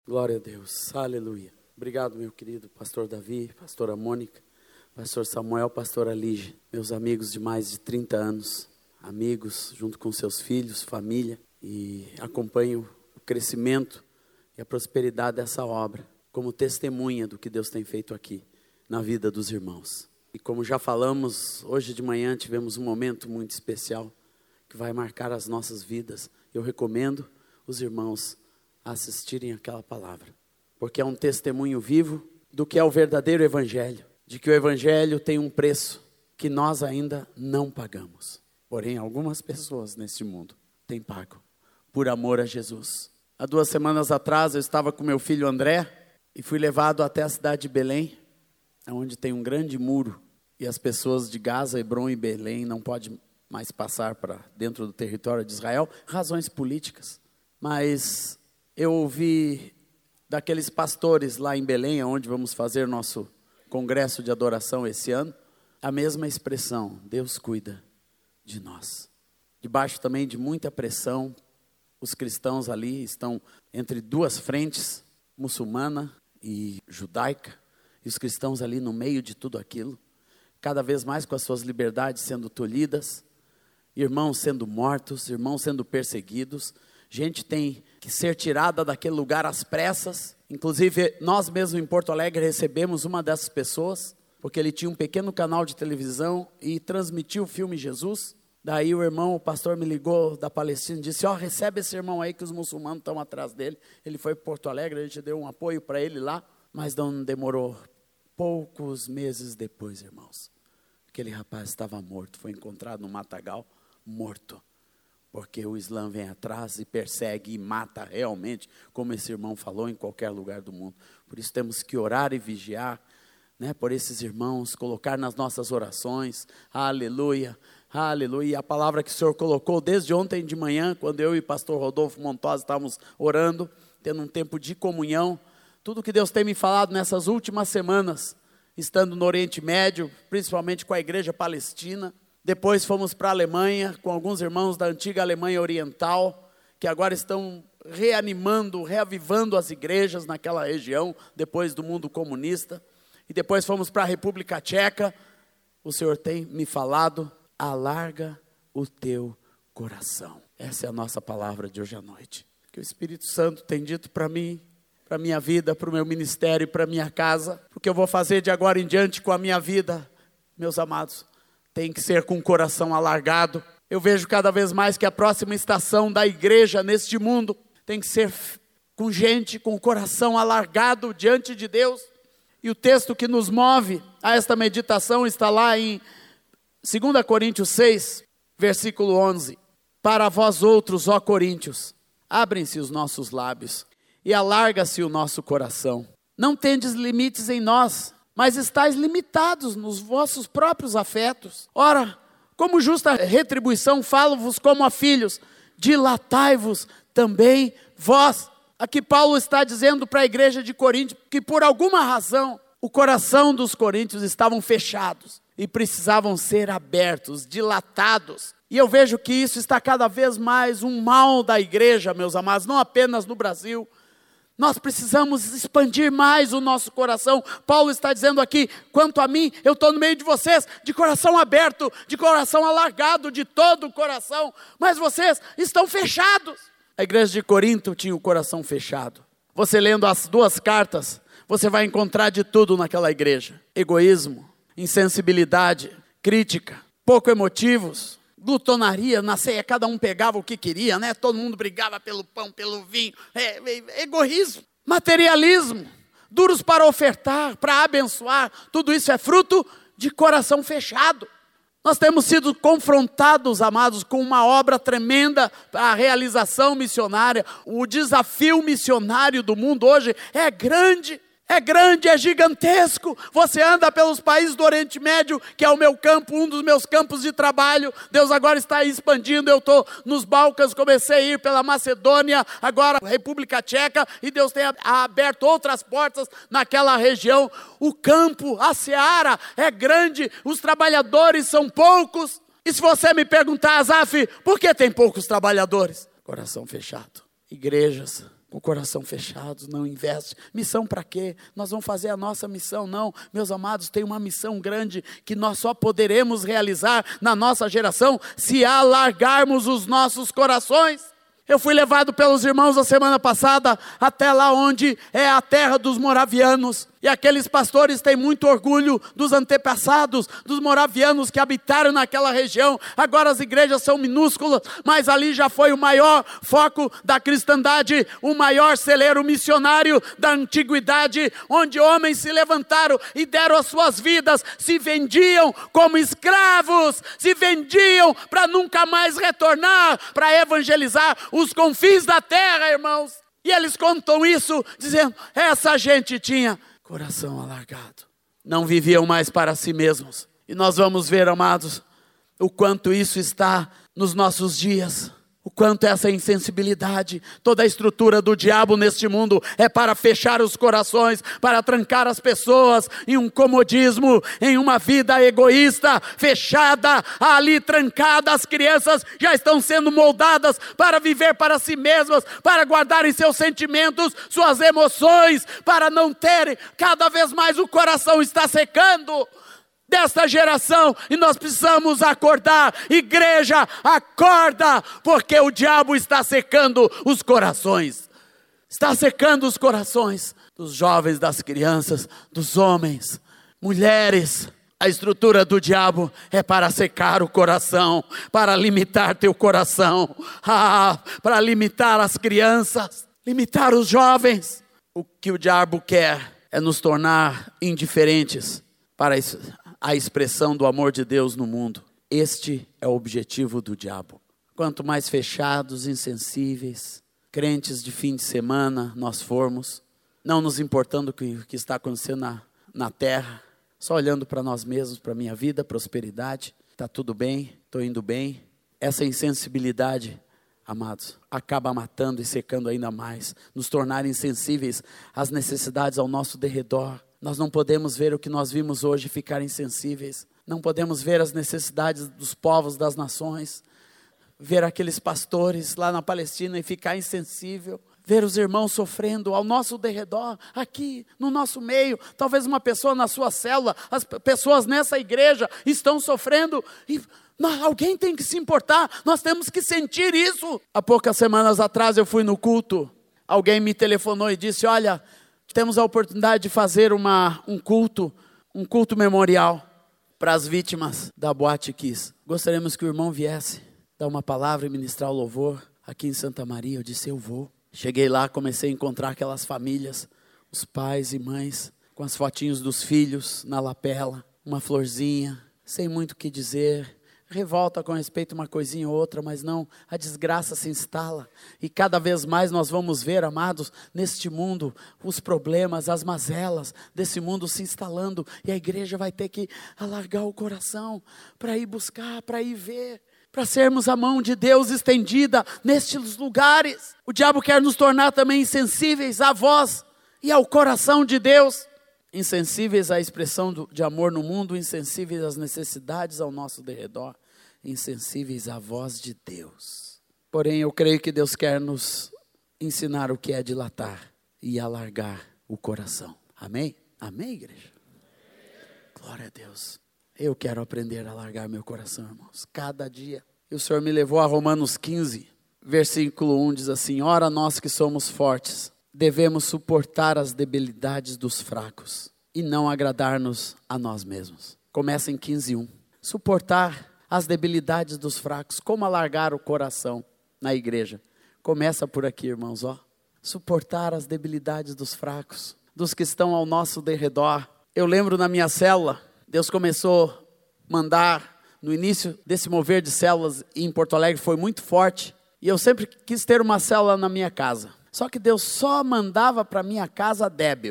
Glória a Deus, aleluia. Obrigado, meu querido pastor Davi, pastora Mônica, pastor Samuel, pastora Lígia, meus amigos de mais de 30 anos, amigos junto com seus filhos, família, e acompanho o crescimento e a prosperidade dessa obra, como testemunha do que Deus tem feito aqui, na vida dos irmãos. E como já falamos, hoje de manhã tivemos um momento muito especial, que vai marcar as nossas vidas. Eu recomendo os irmãos assistirem aquela palavra, porque é um testemunho vivo do que é o verdadeiro evangelho, de que o evangelho tem um preço que nós ainda não pagamos, porém algumas pessoas neste mundo têm pago, por amor a Jesus. Há 2 semanas atrás eu estava com meu filho André e fui levado até a cidade de Belém, onde tem um grande muro e as pessoas de Gaza, Hebrom e Belém não podem mais passar para dentro do território de Israel, razões políticas. Mas eu ouvi daqueles pastores lá em Belém, onde vamos fazer nosso congresso de adoração esse ano, a mesma expressão: Deus cuida de nós. Debaixo também de muita pressão, os cristãos ali estão entre 2 frentes, muçulmana e judaica, e os cristãos ali no meio de tudo aquilo, cada vez mais com as suas liberdades sendo tolhidas, irmãos sendo mortos, irmãos sendo perseguidos. Gente tem que ser tirada daquele lugar às pressas. Inclusive, nós mesmos em Porto Alegre recebemos uma dessas pessoas, porque ele tinha um pequeno canal de televisão e transmitiu o filme Jesus. Daí o irmão, o pastor me ligou da Palestina e disse: recebe esse irmão aí que os muçulmanos estão atrás dele. Ele foi para Porto Alegre, a gente deu um apoio para ele lá, mas não demorou. Poucos meses depois, irmãos, aquele rapaz estava morto, foi encontrado no matagal, morto. Porque o Islã vem atrás e persegue e mata realmente, como esse irmão falou, em qualquer lugar do mundo. Por isso temos que orar e vigiar, né, por esses irmãos, colocar nas nossas orações, aleluia, aleluia. E a palavra que o Senhor colocou desde ontem de manhã, quando eu e o pastor Rodolfo Montosa estávamos orando, tendo um tempo de comunhão, tudo que Deus tem me falado nessas últimas semanas, estando no Oriente Médio, principalmente com a igreja palestina. Depois fomos para a Alemanha, com alguns irmãos da antiga Alemanha Oriental, que agora estão reanimando, reavivando as igrejas naquela região, depois do mundo comunista. E depois fomos para a República Tcheca. O Senhor tem me falado: alarga o teu coração. Essa é a nossa palavra de hoje à noite. Que o Espírito Santo tem dito para mim, para a minha vida, para o meu ministério e para a minha casa. Porque eu vou fazer de agora em diante com a minha vida, meus amados, tem que ser com o coração alargado. Eu vejo cada vez mais que a próxima estação da igreja neste mundo tem que ser com gente com o coração alargado diante de Deus. E o texto que nos move a esta meditação está lá em 2 Coríntios 6, versículo 11. Para vós outros, ó Coríntios, abrem-se os nossos lábios e alarga-se o nosso coração. Não tendes limites em nós, mas estáis limitados nos vossos próprios afetos. Ora, como justa retribuição falo-vos como a filhos, dilatai-vos também vós. Aqui Paulo está dizendo para a igreja de Corinto que por alguma razão o coração dos coríntios estavam fechados e precisavam ser abertos, dilatados. E eu vejo que isso está cada vez mais um mal da igreja, meus amados, não apenas no Brasil. Nós precisamos expandir mais o nosso coração. Paulo está dizendo aqui: quanto a mim, eu estou no meio de vocês, de coração aberto, de coração alargado, de todo o coração, mas vocês estão fechados. A igreja de Corinto tinha o coração fechado. Você lendo as 2 cartas, você vai encontrar de tudo naquela igreja: egoísmo, insensibilidade, crítica, pouco emotivos, glutonaria, na ceia cada um pegava o que queria, né? Todo mundo brigava pelo pão, pelo vinho, egoísmo, materialismo, duros para ofertar, para abençoar. Tudo isso é fruto de coração fechado. Nós temos sido confrontados, amados, com uma obra tremenda, a realização missionária. O desafio missionário do mundo hoje é grande, é gigantesco. Você anda pelos países do Oriente Médio, que é o meu campo, um dos meus campos de trabalho. Deus agora está expandindo. Eu estou nos Balcãs, comecei a ir pela Macedônia, agora República Tcheca, e Deus tem aberto outras portas naquela região. O campo, a seara é grande, os trabalhadores são poucos. E se você me perguntar, Azaf, por que tem poucos trabalhadores? Coração fechado. Igrejas com o coração fechado, não investe. Missão para quê? Nós vamos fazer a nossa missão? Não, meus amados, tem uma missão grande que nós só poderemos realizar na nossa geração se alargarmos os nossos corações. Eu fui levado pelos irmãos a semana passada até lá onde é a terra dos moravianos. E aqueles pastores têm muito orgulho dos antepassados, dos moravianos que habitaram naquela região. Agora as igrejas são minúsculas, mas ali já foi o maior foco da cristandade, o maior celeiro missionário da antiguidade, onde homens se levantaram e deram as suas vidas, se vendiam como escravos, se vendiam para nunca mais retornar, para evangelizar os confins da terra, irmãos. E eles contam isso, dizendo, essa gente tinha coração alargado, não viviam mais para si mesmos. E nós vamos ver, amados, o quanto isso está nos nossos dias, o quanto essa insensibilidade, toda a estrutura do diabo neste mundo é para fechar os corações, para trancar as pessoas em um comodismo, em uma vida egoísta, fechada, ali trancada. As crianças já estão sendo moldadas para viver para si mesmas, para guardarem seus sentimentos, suas emoções, para não terem, cada vez mais o coração está secando desta geração, e nós precisamos acordar. Igreja, acorda, porque o diabo está secando os corações, está secando os corações dos jovens, das crianças, dos homens, mulheres. A estrutura do diabo é para secar o coração, para limitar teu coração, para limitar as crianças, limitar os jovens. O que o diabo quer é nos tornar indiferentes para a expressão do amor de Deus no mundo. Este é o objetivo do diabo. Quanto mais fechados, insensíveis, crentes de fim de semana nós formos, não nos importando com o que está acontecendo na terra, só olhando para nós mesmos, para a minha vida, prosperidade, está tudo bem, estou indo bem. Essa insensibilidade, amados, acaba matando e secando ainda mais, nos tornar insensíveis às necessidades ao nosso derredor. Nós não podemos ver o que nós vimos hoje e ficar insensíveis. Não podemos ver as necessidades dos povos, das nações. Ver aqueles pastores lá na Palestina e ficar insensível. Ver os irmãos sofrendo ao nosso derredor, aqui no nosso meio. Talvez uma pessoa na sua célula, as pessoas nessa igreja estão sofrendo. E alguém tem que se importar, nós temos que sentir isso. Há poucas semanas atrás eu fui no culto. Alguém me telefonou e disse, olha, temos a oportunidade de fazer um culto memorial para as vítimas da Boate Kiss. Gostaríamos que o irmão viesse dar uma palavra e ministrar o louvor aqui em Santa Maria. Eu disse, eu vou. Cheguei lá, comecei a encontrar aquelas famílias, os pais e mães, com as fotinhos dos filhos na lapela, uma florzinha, sem muito o que dizer. Revolta com respeito a uma coisinha ou outra, mas não, a desgraça se instala. E cada vez mais nós vamos ver, amados, neste mundo, os problemas, as mazelas desse mundo se instalando. E a igreja vai ter que alargar o coração para ir buscar, para ir ver, para sermos a mão de Deus estendida nestes lugares. O diabo quer nos tornar também insensíveis à voz e ao coração de Deus. Insensíveis à expressão de amor no mundo, insensíveis às necessidades ao nosso derredor, insensíveis à voz de Deus. Porém, eu creio que Deus quer nos ensinar o que é dilatar e alargar o coração. Amém? Amém, igreja? Glória a Deus. Eu quero aprender a alargar meu coração, irmãos, cada dia. E o Senhor me levou a Romanos 15, versículo 1, diz assim, ora nós que somos fortes, devemos suportar as debilidades dos fracos e não agradar-nos a nós mesmos. Começa em 15:1. Suportar as debilidades dos fracos. Como alargar o coração na igreja? Começa por aqui, irmãos, ó. Suportar as debilidades dos fracos, dos que estão ao nosso derredor. Eu lembro na minha célula, Deus começou a mandar, no início desse mover de células em Porto Alegre, foi muito forte. E eu sempre quis ter uma célula na minha casa. Só que Deus só mandava para minha casa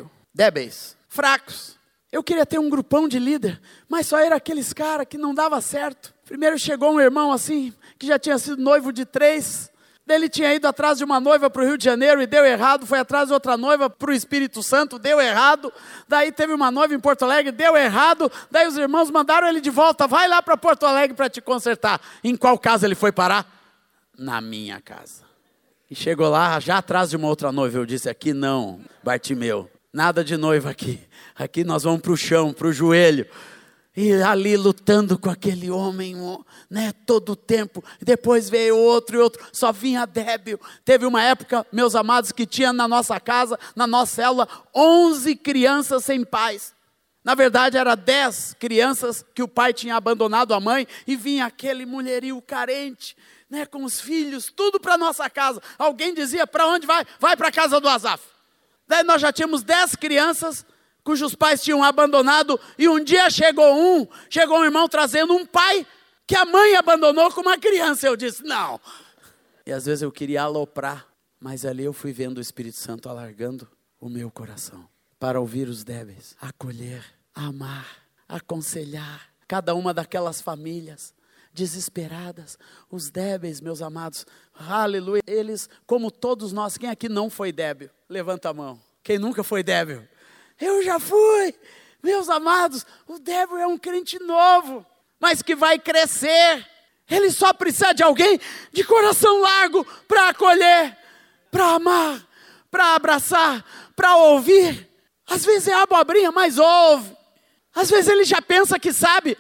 débeis, fracos. Eu queria ter um grupão de líder, mas só era aqueles caras que não dava certo. Primeiro chegou um irmão assim, que já tinha sido noivo de 3. Daí ele tinha ido atrás de uma noiva para o Rio de Janeiro e deu errado. Foi atrás de outra noiva para o Espírito Santo, deu errado. Daí teve uma noiva em Porto Alegre, deu errado. Daí os irmãos mandaram ele de volta, vai lá para Porto Alegre para te consertar. Em qual casa ele foi parar? Na minha casa. E chegou lá, já atrás de uma outra noiva, eu disse, aqui não, Bartimeu, nada de noiva aqui. Aqui nós vamos para o chão, para o joelho. E ali lutando com aquele homem, né, todo o tempo. Depois veio outro e outro, só vinha débil. Teve uma época, meus amados, que tinha na nossa casa, na nossa célula, 11 crianças sem pais. Na verdade, era 10 crianças que o pai tinha abandonado a mãe. E vinha aquele mulherio carente, né, com os filhos, tudo para nossa casa. Alguém dizia, para onde vai? Vai para a casa do Azaf. Daí nós já tínhamos 10 crianças, cujos pais tinham abandonado, e um dia chegou um irmão trazendo um pai que a mãe abandonou com uma criança. Eu disse, não. E às vezes eu queria aloprar, mas ali eu fui vendo o Espírito Santo alargando o meu coração, para ouvir os débeis, acolher, amar, aconselhar, cada uma daquelas famílias desesperadas, os débeis, meus amados, aleluia, eles, como todos nós, quem aqui não foi débil? Levanta a mão, quem nunca foi débil? Eu já fui, meus amados. O débil é um crente novo, mas que vai crescer. Ele só precisa de alguém de coração largo para acolher, para amar, para abraçar, para ouvir. Às vezes é abobrinha, mas ouve. Às vezes ele já pensa que sabe,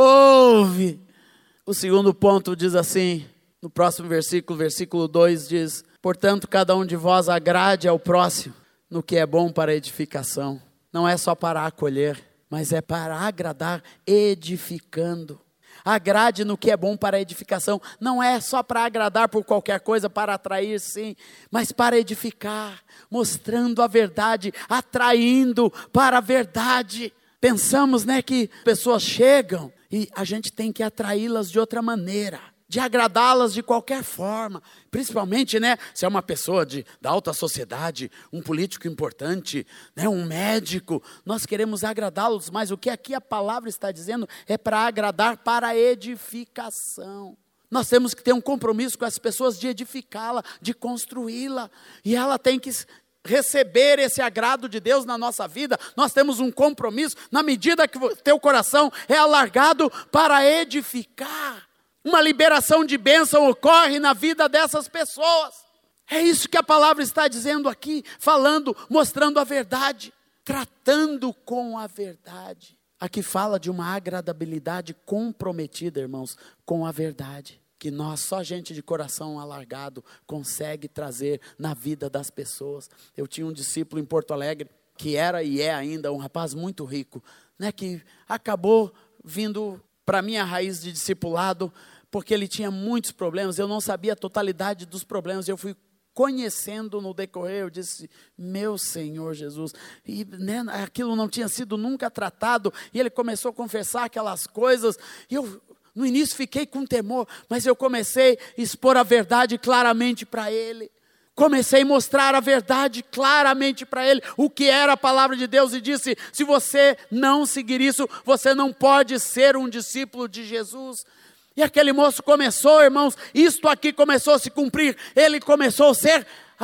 ouve. O segundo ponto diz assim, no próximo versículo, versículo 2 diz, portanto cada um de vós agrade ao próximo no que é bom para a edificação. Não é só para acolher, mas é para agradar, edificando. Agrade no que é bom para a edificação. Não é só para agradar por qualquer coisa, para atrair sim, mas para edificar, mostrando a verdade, atraindo para a verdade. Pensamos, né, que pessoas chegam e a gente tem que atraí-las de outra maneira, de agradá-las de qualquer forma, principalmente, né, se é uma pessoa da alta sociedade, um político importante, né, um médico, nós queremos agradá-los, mas o que aqui a palavra está dizendo é para agradar para a edificação. Nós temos que ter um compromisso com as pessoas de edificá-la, de construí-la, e ela tem que receber esse agrado de Deus na nossa vida. Nós temos um compromisso, na medida que o teu coração é alargado para edificar. Uma liberação de bênção ocorre na vida dessas pessoas. É isso que a palavra está dizendo aqui, falando, mostrando a verdade, tratando com a verdade. Aqui fala de uma agradabilidade comprometida, irmãos, com a verdade, que nós, só gente de coração alargado, consegue trazer na vida das pessoas. Eu tinha um discípulo em Porto Alegre, que era e é ainda um rapaz muito rico, né, que acabou vindo para a minha raiz de discipulado, porque ele tinha muitos problemas, eu não sabia a totalidade dos problemas, eu fui conhecendo no decorrer, eu disse, meu Senhor Jesus, e né, aquilo não tinha sido nunca tratado, e ele começou a confessar aquelas coisas, e eu no início fiquei com temor, mas eu comecei a expor a verdade claramente para ele, comecei a mostrar a verdade claramente para ele, o que era a palavra de Deus, e disse, se você não seguir isso, você não pode ser um discípulo de Jesus. E aquele moço começou, irmãos, isto aqui começou a se cumprir, ele começou a ser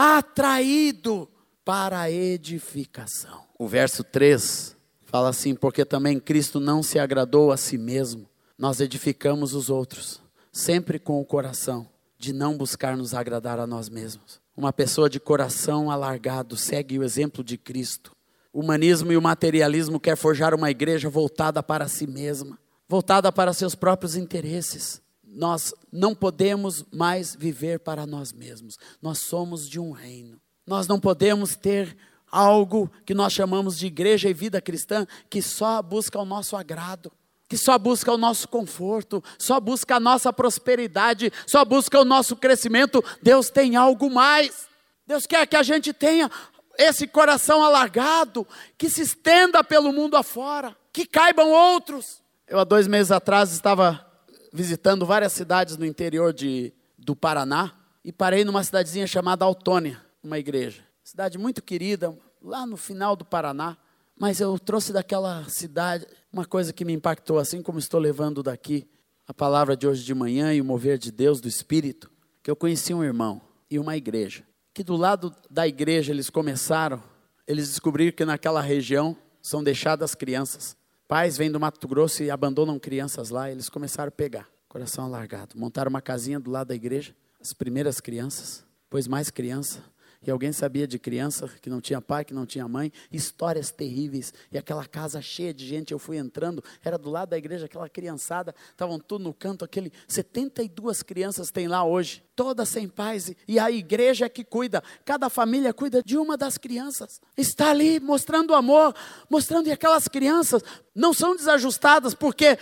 atraído para a edificação. O verso 3 fala assim, porque também Cristo não se agradou a si mesmo, nós edificamos os outros, sempre com o coração de não buscar nos agradar a nós mesmos. Uma pessoa de coração alargado segue o exemplo de Cristo. O humanismo e o materialismo quer forjar uma igreja voltada para si mesma, voltada para seus próprios interesses. Nós não podemos mais viver para nós mesmos. Nós somos de um reino. Nós não podemos ter algo que nós chamamos de igreja e vida cristã, que só busca o nosso agrado, que só busca o nosso conforto, só busca a nossa prosperidade, só busca o nosso crescimento. Deus tem algo mais. Deus quer que a gente tenha esse coração alargado, que se estenda pelo mundo afora, que caibam outros. Eu há 2 meses atrás estava visitando várias cidades no interior do Paraná e parei numa cidadezinha chamada Autônia, uma igreja. Cidade muito querida, lá no final do Paraná. Mas eu trouxe daquela cidade uma coisa que me impactou, assim como estou levando daqui a palavra de hoje de manhã e o mover de Deus, do Espírito, que eu conheci um irmão e uma igreja, que do lado da igreja eles descobriram que naquela região são deixadas crianças. Pais vêm do Mato Grosso e abandonam crianças lá, eles começaram a pegar, coração alargado, montaram uma casinha do lado da igreja, as primeiras crianças, Pois mais criança. E alguém sabia de criança que não tinha pai, que não tinha mãe, histórias terríveis, e aquela casa cheia de gente, eu fui entrando, era do lado da igreja, aquela criançada, estavam tudo no canto, 72 crianças tem lá hoje, todas sem pais, e a igreja é que cuida, cada família cuida de uma das crianças, está ali mostrando amor, mostrando, e aquelas crianças não são desajustadas, porque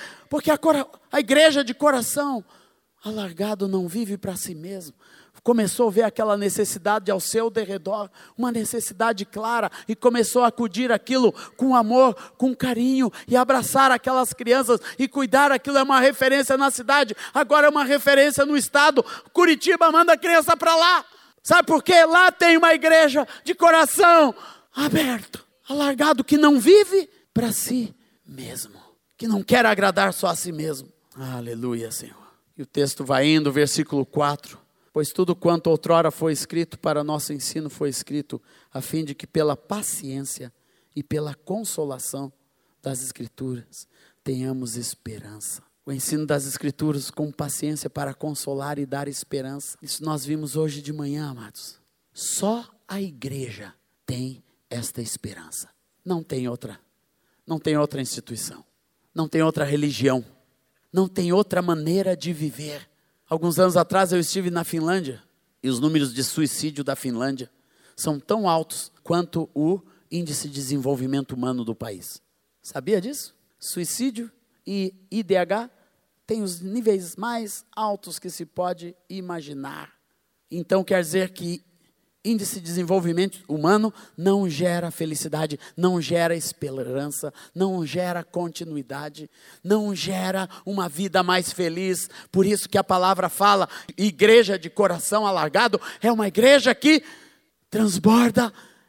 a igreja de coração alargado não vive para si mesmo, começou a ver aquela necessidade ao seu derredor, uma necessidade clara, e começou a acudir aquilo com amor, com carinho, e abraçar aquelas crianças, e cuidar. Aquilo é uma referência na cidade, agora é uma referência no estado. Curitiba manda a criança para lá, sabe por quê? Lá tem uma igreja de coração aberto, alargado, que não vive para si mesmo, que não quer agradar só a si mesmo. Aleluia, Senhor. E o texto vai indo, versículo 4. Pois tudo quanto outrora foi escrito para nosso ensino foi escrito, a fim de que pela paciência e pela consolação das Escrituras tenhamos esperança. O ensino das Escrituras com paciência para consolar e dar esperança. Isso nós vimos hoje de manhã, amados. Só a igreja tem esta esperança. Não tem outra instituição. Não tem outra religião. Não tem outra maneira de viver. Alguns anos atrás eu estive na Finlândia, e os números de suicídio da Finlândia são tão altos quanto o índice de desenvolvimento humano do país. Sabia disso? Suicídio e IDH têm os níveis mais altos que se pode imaginar. Então quer dizer que índice de desenvolvimento humano não gera felicidade, não gera esperança, não gera continuidade, não gera uma vida mais feliz. Por isso que a palavra fala, igreja de coração alargado, é uma igreja que transborda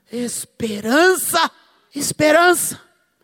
esperança. Esperança.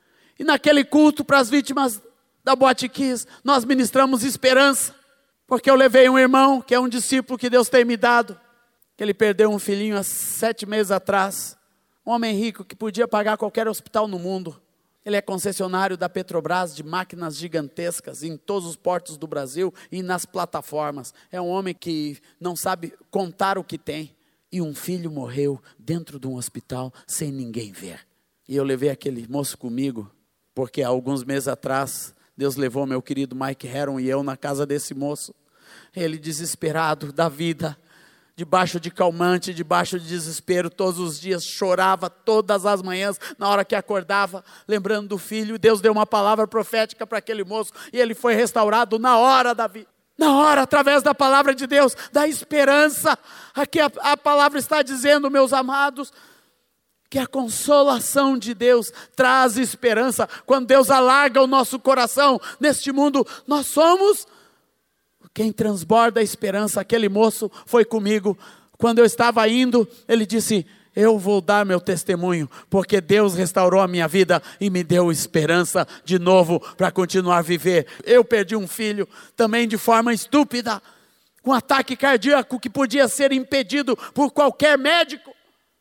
E naquele culto para as vítimas da Boate Kiss, nós ministramos esperança, porque eu levei um irmão, que é um discípulo que Deus tem me dado, que ele perdeu um filhinho há 7 meses atrás, um homem rico que podia pagar qualquer hospital no mundo. Ele é concessionário da Petrobras de máquinas gigantescas em todos os portos do Brasil e nas plataformas. É um homem que não sabe contar o que tem. E um filho morreu dentro de um hospital sem ninguém ver. E eu levei aquele moço comigo, porque há alguns meses atrás, Deus levou meu querido Mike Heron e eu na casa desse moço. Ele desesperado da vida, debaixo de calmante, debaixo de desespero, todos os dias, chorava todas as manhãs, na hora que acordava, lembrando do filho. Deus deu uma palavra profética para aquele moço, e ele foi restaurado na hora da vida. Na hora, através da palavra de Deus, da esperança. Aqui a palavra está dizendo, meus amados, que a consolação de Deus traz esperança. Quando Deus alarga o nosso coração neste mundo, nós somos quem transborda a esperança. Aquele moço foi comigo. Quando eu estava indo, ele disse, eu vou dar meu testemunho, porque Deus restaurou a minha vida e me deu esperança de novo para continuar a viver. Eu perdi um filho também de forma estúpida, com ataque cardíaco que podia ser impedido por qualquer médico.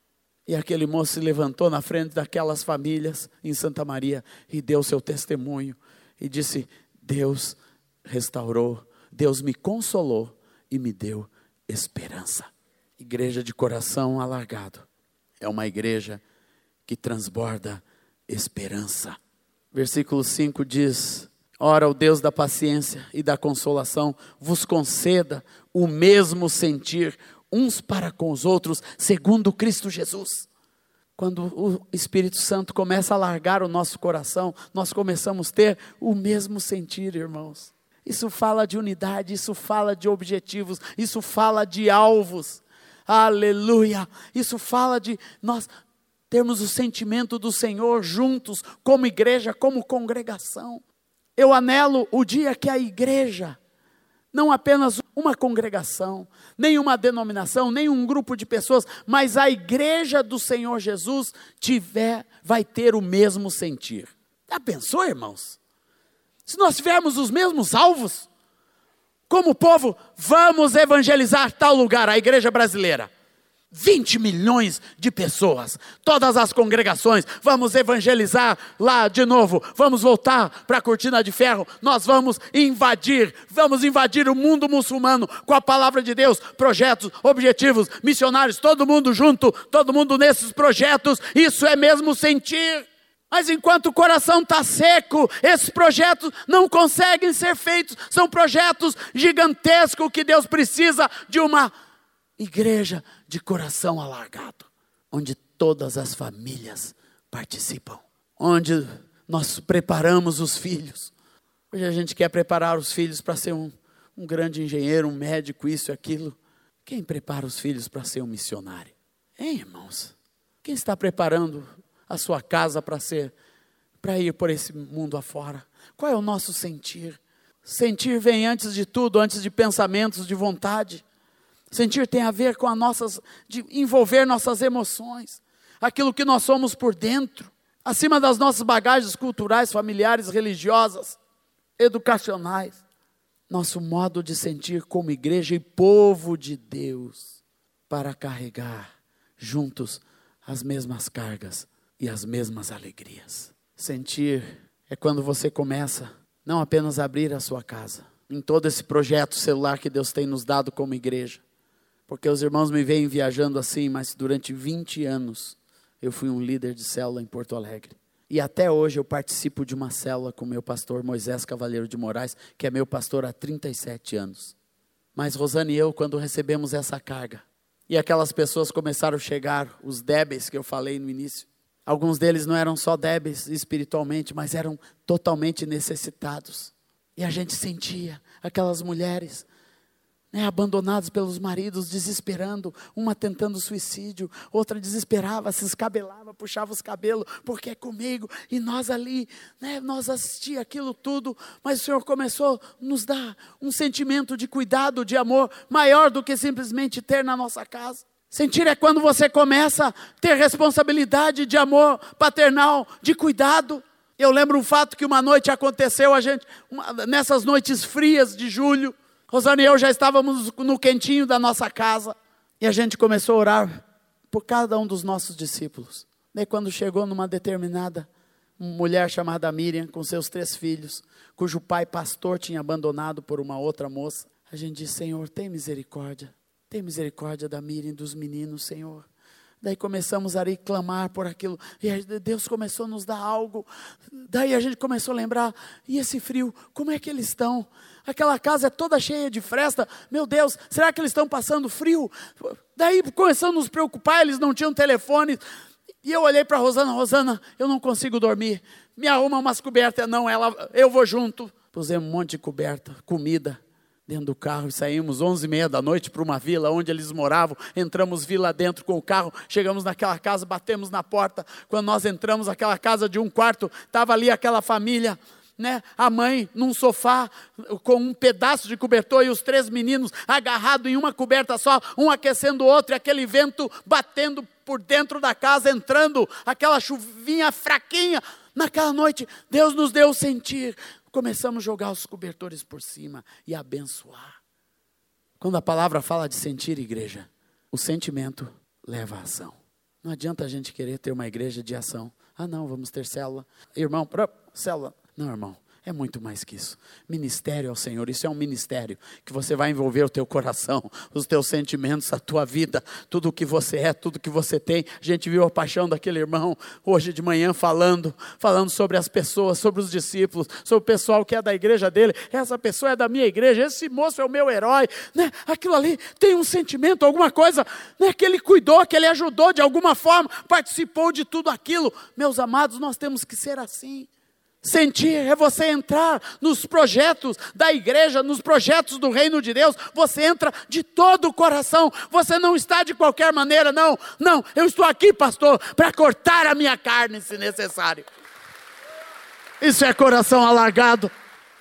E aquele moço se levantou na frente daquelas famílias em Santa Maria e deu seu testemunho e disse, Deus restaurou, Deus me consolou e me deu esperança. Igreja de coração alargado é uma igreja que transborda esperança. Versículo 5 diz, ora o Deus da paciência e da consolação vos conceda o mesmo sentir uns para com os outros, segundo Cristo Jesus. Quando o Espírito Santo começa a alargar o nosso coração, nós começamos a ter o mesmo sentir, irmãos. Isso fala de unidade, isso fala de objetivos, isso fala de alvos. Aleluia! Isso fala de nós termos o sentimento do Senhor juntos, como igreja, como congregação. Eu anelo o dia que a igreja, não apenas uma congregação, nem uma denominação, nem um grupo de pessoas, mas a igreja do Senhor Jesus vai ter o mesmo sentir. Já pensou, irmãos? Se nós tivermos os mesmos alvos, como povo, vamos evangelizar tal lugar, a igreja brasileira. 20 milhões de pessoas, todas as congregações, vamos evangelizar lá de novo, vamos voltar para a cortina de ferro, nós vamos invadir o mundo muçulmano com a palavra de Deus, projetos, objetivos, missionários, todo mundo junto, todo mundo nesses projetos, isso é mesmo sentir. Mas enquanto o coração está seco, esses projetos não conseguem ser feitos, são projetos gigantescos que Deus precisa de uma igreja de coração alargado, onde todas as famílias participam, onde nós preparamos os filhos. Hoje a gente quer preparar os filhos para ser um grande engenheiro, um médico, isso e aquilo. Quem prepara os filhos para ser um missionário? Hein, irmãos? Quem está preparando a sua casa para ir por esse mundo afora? Qual é o nosso sentir? Sentir vem antes de tudo, antes de pensamentos, de vontade. Sentir tem a ver com de envolver nossas emoções, aquilo que nós somos por dentro, acima das nossas bagagens culturais, familiares, religiosas, educacionais. Nosso modo de sentir como igreja e povo de Deus, para carregar juntos as mesmas cargas e as mesmas alegrias. Sentir é quando você começa não apenas a abrir a sua casa, em todo esse projeto celular que Deus tem nos dado como igreja, porque os irmãos me veem viajando assim, mas durante 20 anos eu fui um líder de célula em Porto Alegre. E até hoje eu participo de uma célula com o meu pastor Moisés Cavaleiro de Moraes, que é meu pastor há 37 anos. Mas Rosane e eu, quando recebemos essa carga, e aquelas pessoas começaram a chegar, os débeis que eu falei no início, alguns deles não eram só débeis espiritualmente, mas eram totalmente necessitados. E a gente sentia aquelas mulheres, abandonadas pelos maridos, desesperando, uma tentando suicídio, outra desesperava, se escabelava, puxava os cabelos, porque é comigo, e nós ali, nós assistíamos aquilo tudo, mas o Senhor começou a nos dar um sentimento de cuidado, de amor, maior do que simplesmente ter na nossa casa. Sentir é quando você começa a ter responsabilidade de amor paternal, de cuidado. Eu lembro um fato que uma noite aconteceu, nessas noites frias de julho, Rosane e eu já estávamos no quentinho da nossa casa, e a gente começou a orar por cada um dos nossos discípulos. Daí quando chegou numa determinada mulher chamada Miriam, com seus 3 filhos, cujo pai pastor tinha abandonado por uma outra moça, a gente disse: Senhor, tem misericórdia da Miriam e dos meninos, Senhor. Daí começamos a clamar por aquilo, e Deus começou a nos dar algo. Daí a gente começou a lembrar: e esse frio, como é que eles estão? Aquela casa é toda cheia de fresta, meu Deus, será que eles estão passando frio? Daí começamos a nos preocupar, eles não tinham telefone, e eu olhei para Rosana, eu não consigo dormir, me arruma umas cobertas. Não, eu vou junto. Pusemos um monte de coberta, comida dentro do carro, e saímos 11h30 da noite para uma vila onde eles moravam. Entramos vila dentro com o carro, chegamos naquela casa, batemos na porta. Quando nós entramos, aquela casa de 1 quarto, estava ali aquela família, a mãe num sofá com um pedaço de cobertor, e os 3 meninos agarrados em uma coberta só, um aquecendo o outro, e aquele vento batendo por dentro da casa, entrando aquela chuvinha fraquinha. Naquela noite Deus nos deu o sentir, começamos a jogar os cobertores por cima e abençoar. Quando a palavra fala de sentir, igreja, o sentimento leva à ação. Não adianta a gente querer ter uma igreja de ação. Não, vamos ter célula. Irmão, célula. Não, irmão, é muito mais que isso. Ministério ao Senhor, isso é um ministério que você vai envolver o teu coração, os teus sentimentos, a tua vida, tudo o que você é, tudo o que você tem. A gente viu a paixão daquele irmão hoje de manhã falando sobre as pessoas, sobre os discípulos, sobre o pessoal que é da igreja dele. Essa pessoa é da minha igreja, esse moço é o meu herói, Aquilo ali tem um sentimento, alguma coisa, que ele cuidou, que ele ajudou de alguma forma, participou de tudo aquilo. Meus amados, nós temos que ser assim. Sentir é você entrar nos projetos da igreja, nos projetos do reino de Deus. Você entra de todo o coração. Você não está de qualquer maneira, não, eu estou aqui, pastor, para cortar a minha carne se necessário. Isso é coração alargado.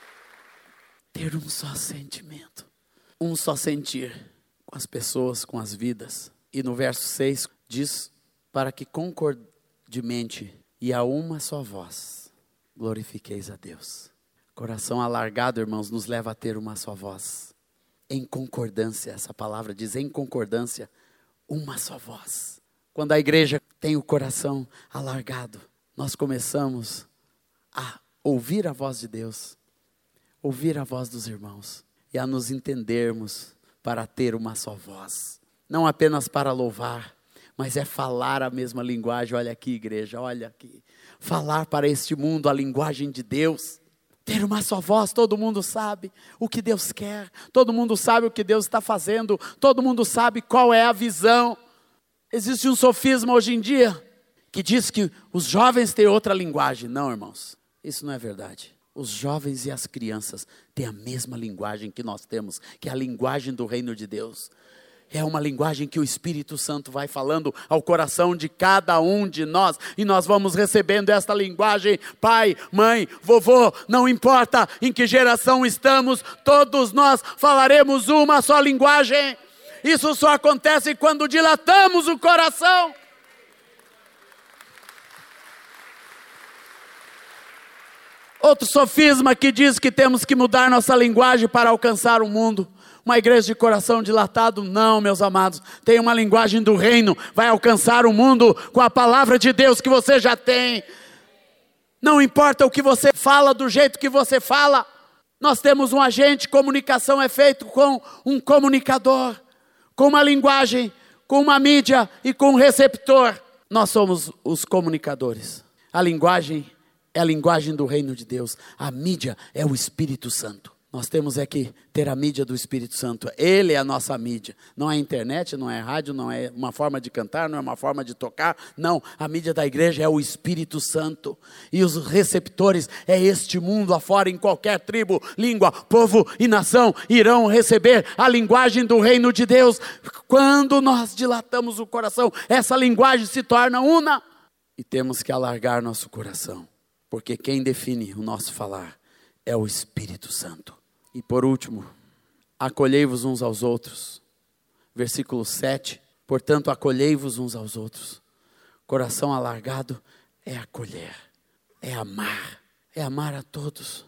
Ter um só sentimento, um só sentir com as pessoas, com as vidas. E no verso 6 diz: para que concordemente e a uma só voz glorifiqueis a Deus. Coração alargado, irmãos, nos leva a ter uma só voz. Em concordância, essa palavra diz em concordância, uma só voz. Quando a igreja tem o coração alargado, nós começamos a ouvir a voz de Deus, ouvir a voz dos irmãos e a nos entendermos para ter uma só voz. Não apenas para louvar, mas é falar a mesma linguagem. Olha aqui, igreja, olha aqui. Falar para este mundo a linguagem de Deus. Ter uma só voz, todo mundo sabe o que Deus quer, todo mundo sabe o que Deus está fazendo, todo mundo sabe qual é a visão. Existe um sofisma hoje em dia que diz que os jovens têm outra linguagem. Não, irmãos, isso não é verdade. Os jovens e as crianças têm a mesma linguagem que nós temos, que é a linguagem do reino de Deus. É uma linguagem que o Espírito Santo vai falando ao coração de cada um de nós. E nós vamos recebendo esta linguagem. Pai, mãe, vovô, não importa em que geração estamos, todos nós falaremos uma só linguagem. Isso só acontece quando dilatamos o coração. Outro sofisma que diz que temos que mudar nossa linguagem para alcançar o mundo. Uma igreja de coração dilatado, não, meus amados. Tem uma linguagem do reino, vai alcançar o mundo com a palavra de Deus que você já tem. Não importa o que você fala, do jeito que você fala. Nós temos um agente, comunicação é feito com um comunicador, com uma linguagem, com uma mídia e com um receptor. Nós somos os comunicadores. A linguagem é a linguagem do reino de Deus. A mídia é o Espírito Santo. Nós temos que ter a mídia do Espírito Santo. Ele é a nossa mídia. Não é internet, não é rádio, não é uma forma de cantar, não é uma forma de tocar. Não, a mídia da igreja é o Espírito Santo. E os receptores é este mundo afora, em qualquer tribo, língua, povo e nação irão receber a linguagem do reino de Deus. Quando nós dilatamos o coração, essa linguagem se torna una. E temos que alargar nosso coração, porque quem define o nosso falar é o Espírito Santo. E por último, acolhei-vos uns aos outros. Versículo 7. Portanto, acolhei-vos uns aos outros. Coração alargado é acolher, é amar a todos.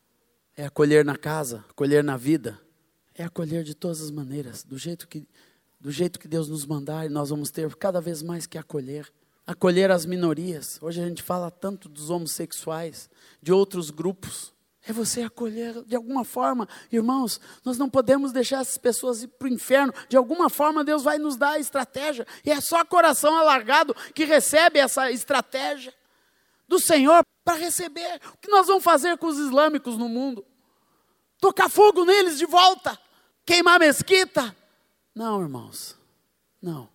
É acolher na casa, acolher na vida. É acolher de todas as maneiras, do jeito que Deus nos mandar, e nós vamos ter cada vez mais que acolher. Acolher as minorias. Hoje a gente fala tanto dos homossexuais, de outros grupos. É você acolher de alguma forma. Irmãos, nós não podemos deixar essas pessoas ir para o inferno. De alguma forma Deus vai nos dar a estratégia. E é só coração alargado que recebe essa estratégia do Senhor para receber. O que nós vamos fazer com os islâmicos no mundo? Tocar fogo neles de volta? Queimar mesquita? Não, irmãos. Não.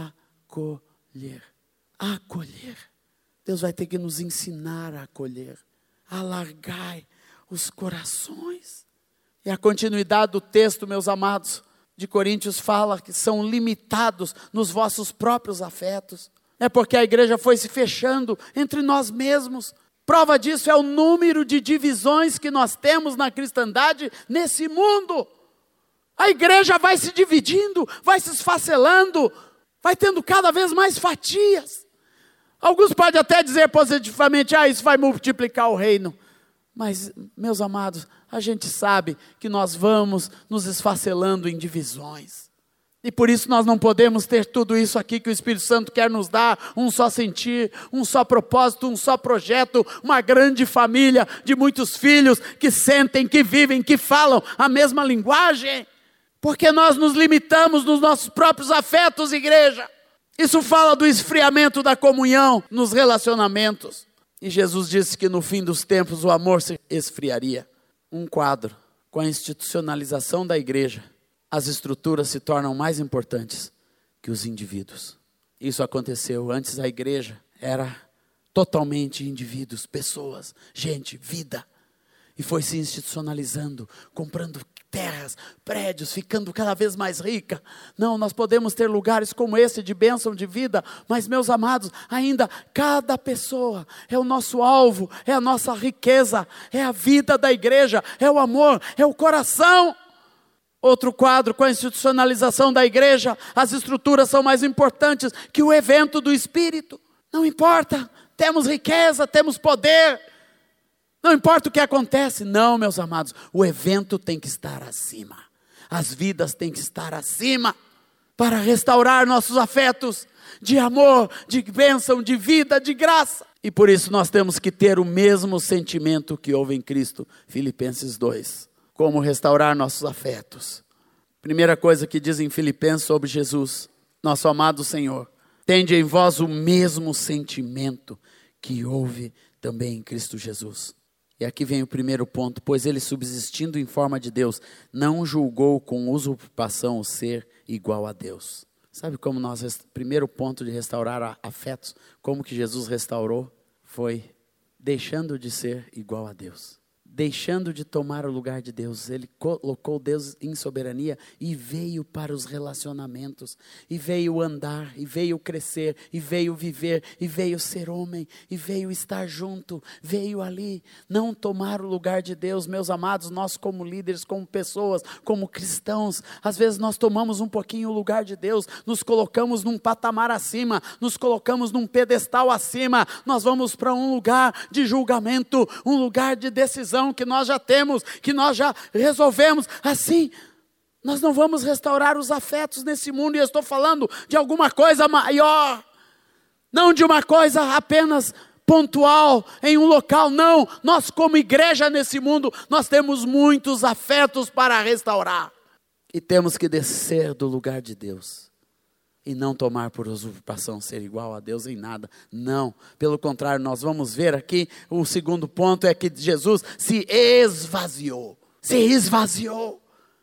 Acolher. Acolher. Deus vai ter que nos ensinar a acolher. Alargar os corações. E a continuidade do texto, meus amados, de Coríntios fala que são limitados nos vossos próprios afetos. É porque a igreja foi se fechando entre nós mesmos. Prova disso é o número de divisões que nós temos na cristandade nesse mundo. A igreja vai se dividindo, vai se esfacelando, vai tendo cada vez mais fatias. Alguns podem até dizer positivamente, isso vai multiplicar o reino. Mas, meus amados, a gente sabe que nós vamos nos esfacelando em divisões. E por isso nós não podemos ter tudo isso aqui que o Espírito Santo quer nos dar, um só sentir, um só propósito, um só projeto, uma grande família de muitos filhos que sentem, que vivem, que falam a mesma linguagem. Porque nós nos limitamos nos nossos próprios afetos, igreja. Isso fala do esfriamento da comunhão nos relacionamentos. E Jesus disse que no fim dos tempos o amor se esfriaria. Um quadro com a institucionalização da igreja. As estruturas se tornam mais importantes que os indivíduos. Isso aconteceu. Antes a igreja era totalmente indivíduos, pessoas, gente, vida. E foi se institucionalizando, comprando terras, prédios, ficando cada vez mais rica. Não, nós podemos ter lugares como esse de bênção de vida, mas meus amados, ainda cada pessoa é o nosso alvo, é a nossa riqueza, é a vida da igreja, é o amor, é o coração. Outro quadro com a institucionalização da igreja, as estruturas são mais importantes que o evento do Espírito. Não importa, temos riqueza, temos poder, não importa o que acontece. Não, meus amados, o evento tem que estar acima. As vidas têm que estar acima. para restaurar nossos afetos de amor, de bênção, de vida, de graça. E por isso nós temos que ter o mesmo sentimento que houve em Cristo. Filipenses 2. Como restaurar nossos afetos. Primeira coisa que diz em Filipenses sobre Jesus, nosso amado Senhor. Tende em vós o mesmo sentimento que houve também em Cristo Jesus. E aqui vem o primeiro ponto. Pois ele, subsistindo em forma de Deus, não julgou com usurpação o ser igual a Deus. Sabe como primeiro ponto de restaurar afetos, como que Jesus restaurou? Foi deixando de ser igual a Deus. Deixando de tomar o lugar de Deus. Ele colocou Deus em soberania e veio para os relacionamentos. E veio andar, e veio crescer, e veio viver, e veio ser homem, e veio estar junto, veio ali. Não tomar o lugar de Deus, meus amados, nós como líderes, como pessoas, como cristãos, às vezes nós tomamos um pouquinho o lugar de Deus, nos colocamos num patamar acima, nos colocamos num pedestal acima, nós vamos para um lugar de julgamento, um lugar de decisão, que nós já temos, que nós já resolvemos. Assim, nós não vamos restaurar os afetos nesse mundo. E eu estou falando de alguma coisa maior, não de uma coisa apenas pontual em um local. Não, nós como igreja nesse mundo, nós temos muitos afetos para restaurar. E temos que descer do lugar de Deus. E não tomar por usurpação ser igual a Deus em nada. Não, pelo contrário, nós vamos ver aqui, o segundo ponto é que Jesus se esvaziou. Se esvaziou.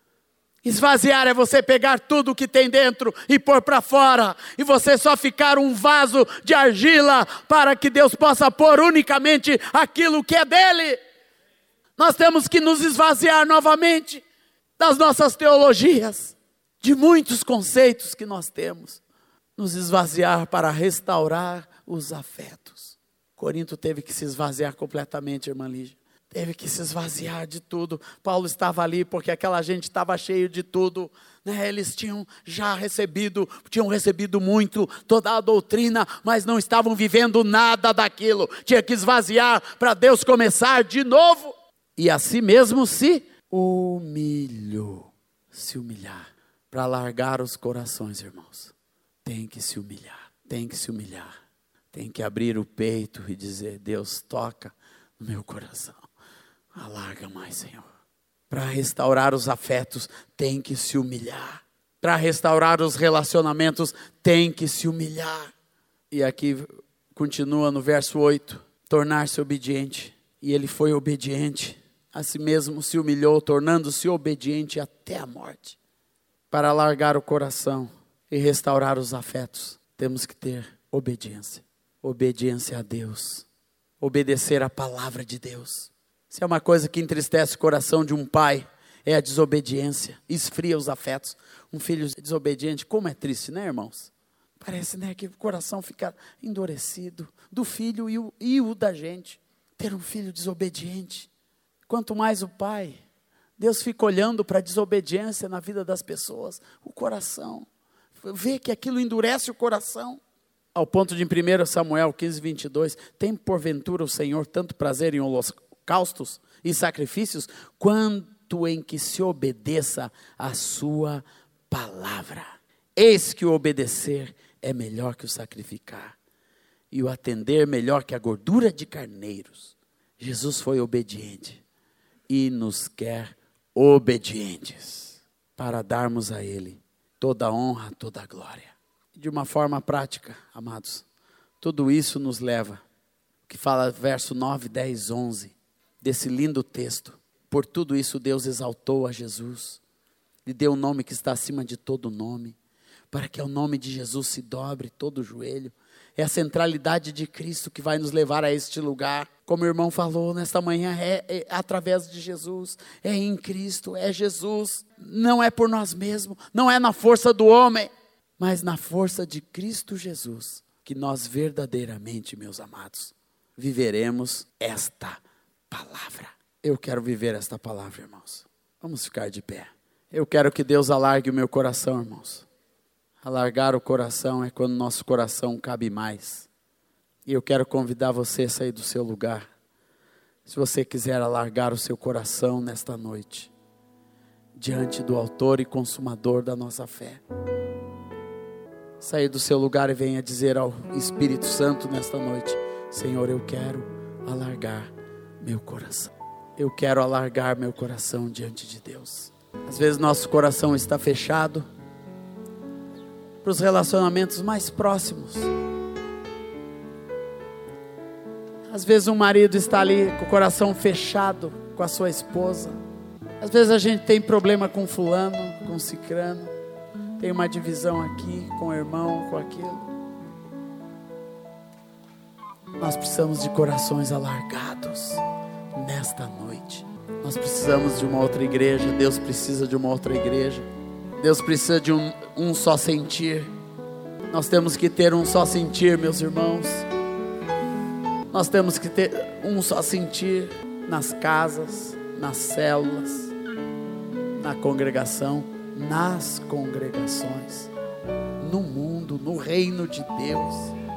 Esvaziar é você pegar tudo que tem dentro e pôr para fora. E você só ficar um vaso de argila para que Deus possa pôr unicamente aquilo que é dele. Nós temos que nos esvaziar novamente das nossas teologias, de muitos conceitos que nós temos, nos esvaziar para restaurar os afetos. Corinto teve que se esvaziar completamente, irmã Lígia. Teve que se esvaziar de tudo. Paulo estava ali porque aquela gente estava cheio de tudo, né? Eles tinham recebido muito, toda a doutrina, mas não estavam vivendo nada daquilo. Tinha que esvaziar para Deus começar de novo. E assim mesmo se humilhou. Se humilhar. Para largar os corações, irmãos, tem que se humilhar, tem que se humilhar, tem que abrir o peito e dizer: Deus, toca no meu coração, alarga mais, Senhor. Para restaurar os afetos, tem que se humilhar. Para restaurar os relacionamentos, tem que se humilhar. E aqui continua no verso 8, tornar-se obediente. E ele foi obediente, a si mesmo se humilhou, tornando-se obediente até a morte. Para alargar o coração e restaurar os afetos, temos que ter obediência. Obediência a Deus. Obedecer a palavra de Deus. Se é uma coisa que entristece o coração de um pai, é a desobediência. Esfria os afetos. Um filho desobediente, como é triste, né, irmãos? Parece, né, que o coração fica endurecido. Do filho e o da gente. Ter um filho desobediente. Quanto mais o pai. Deus fica olhando para a desobediência na vida das pessoas, o coração, vê que aquilo endurece o coração. Ao ponto de em 1 Samuel 15, 22, tem porventura o Senhor tanto prazer em holocaustos e sacrifícios, quanto em que se obedeça a sua palavra. Eis que o obedecer é melhor que o sacrificar, e o atender melhor que a gordura de carneiros. Jesus foi obediente, e nos quer obedientes, para darmos a Ele toda a honra, toda a glória. De uma forma prática, amados, tudo isso nos leva, que fala verso 9, 10, 11, desse lindo texto. Por tudo isso Deus exaltou a Jesus, lhe deu um nome que está acima de todo nome, para que ao nome de Jesus se dobre todo o joelho. É a centralidade de Cristo que vai nos levar a este lugar. Como o irmão falou nesta manhã, é através de Jesus, é em Cristo, é Jesus. Não é por nós mesmos, não é na força do homem, mas na força de Cristo Jesus, que nós verdadeiramente, meus amados, viveremos esta palavra. Eu quero viver esta palavra, irmãos. Vamos ficar de pé. Eu quero que Deus alargue o meu coração, irmãos. Alargar o coração é quando nosso coração cabe mais. E eu quero convidar você a sair do seu lugar. Se você quiser alargar o seu coração nesta noite, diante do autor e consumador da nossa fé. sair do seu lugar e venha dizer ao Espírito Santo nesta noite: Senhor, eu quero alargar meu coração. Eu quero alargar meu coração diante de Deus. Às vezes nosso coração está fechado para os relacionamentos mais próximos. Às vezes um marido está ali com o coração fechado com a sua esposa. Às vezes a gente tem problema com fulano, com cicrano. Tem uma divisão aqui com o irmão, com aquilo. Nós precisamos de corações alargados nesta noite. Nós precisamos de uma outra igreja. Deus precisa de uma outra igreja. Deus precisa de um só sentir. Nós temos que ter um só sentir, meus irmãos. Nós temos que ter um só sentir nas casas, nas células, na congregação, nas congregações, no mundo, no reino de Deus.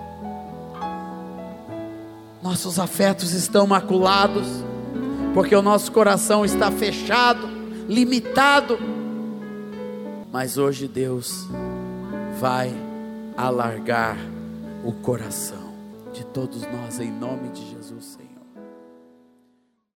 Nossos afetos estão maculados, porque o nosso coração está fechado, limitado. Mas hoje Deus vai alargar o coração de todos nós, em nome de Jesus, Senhor.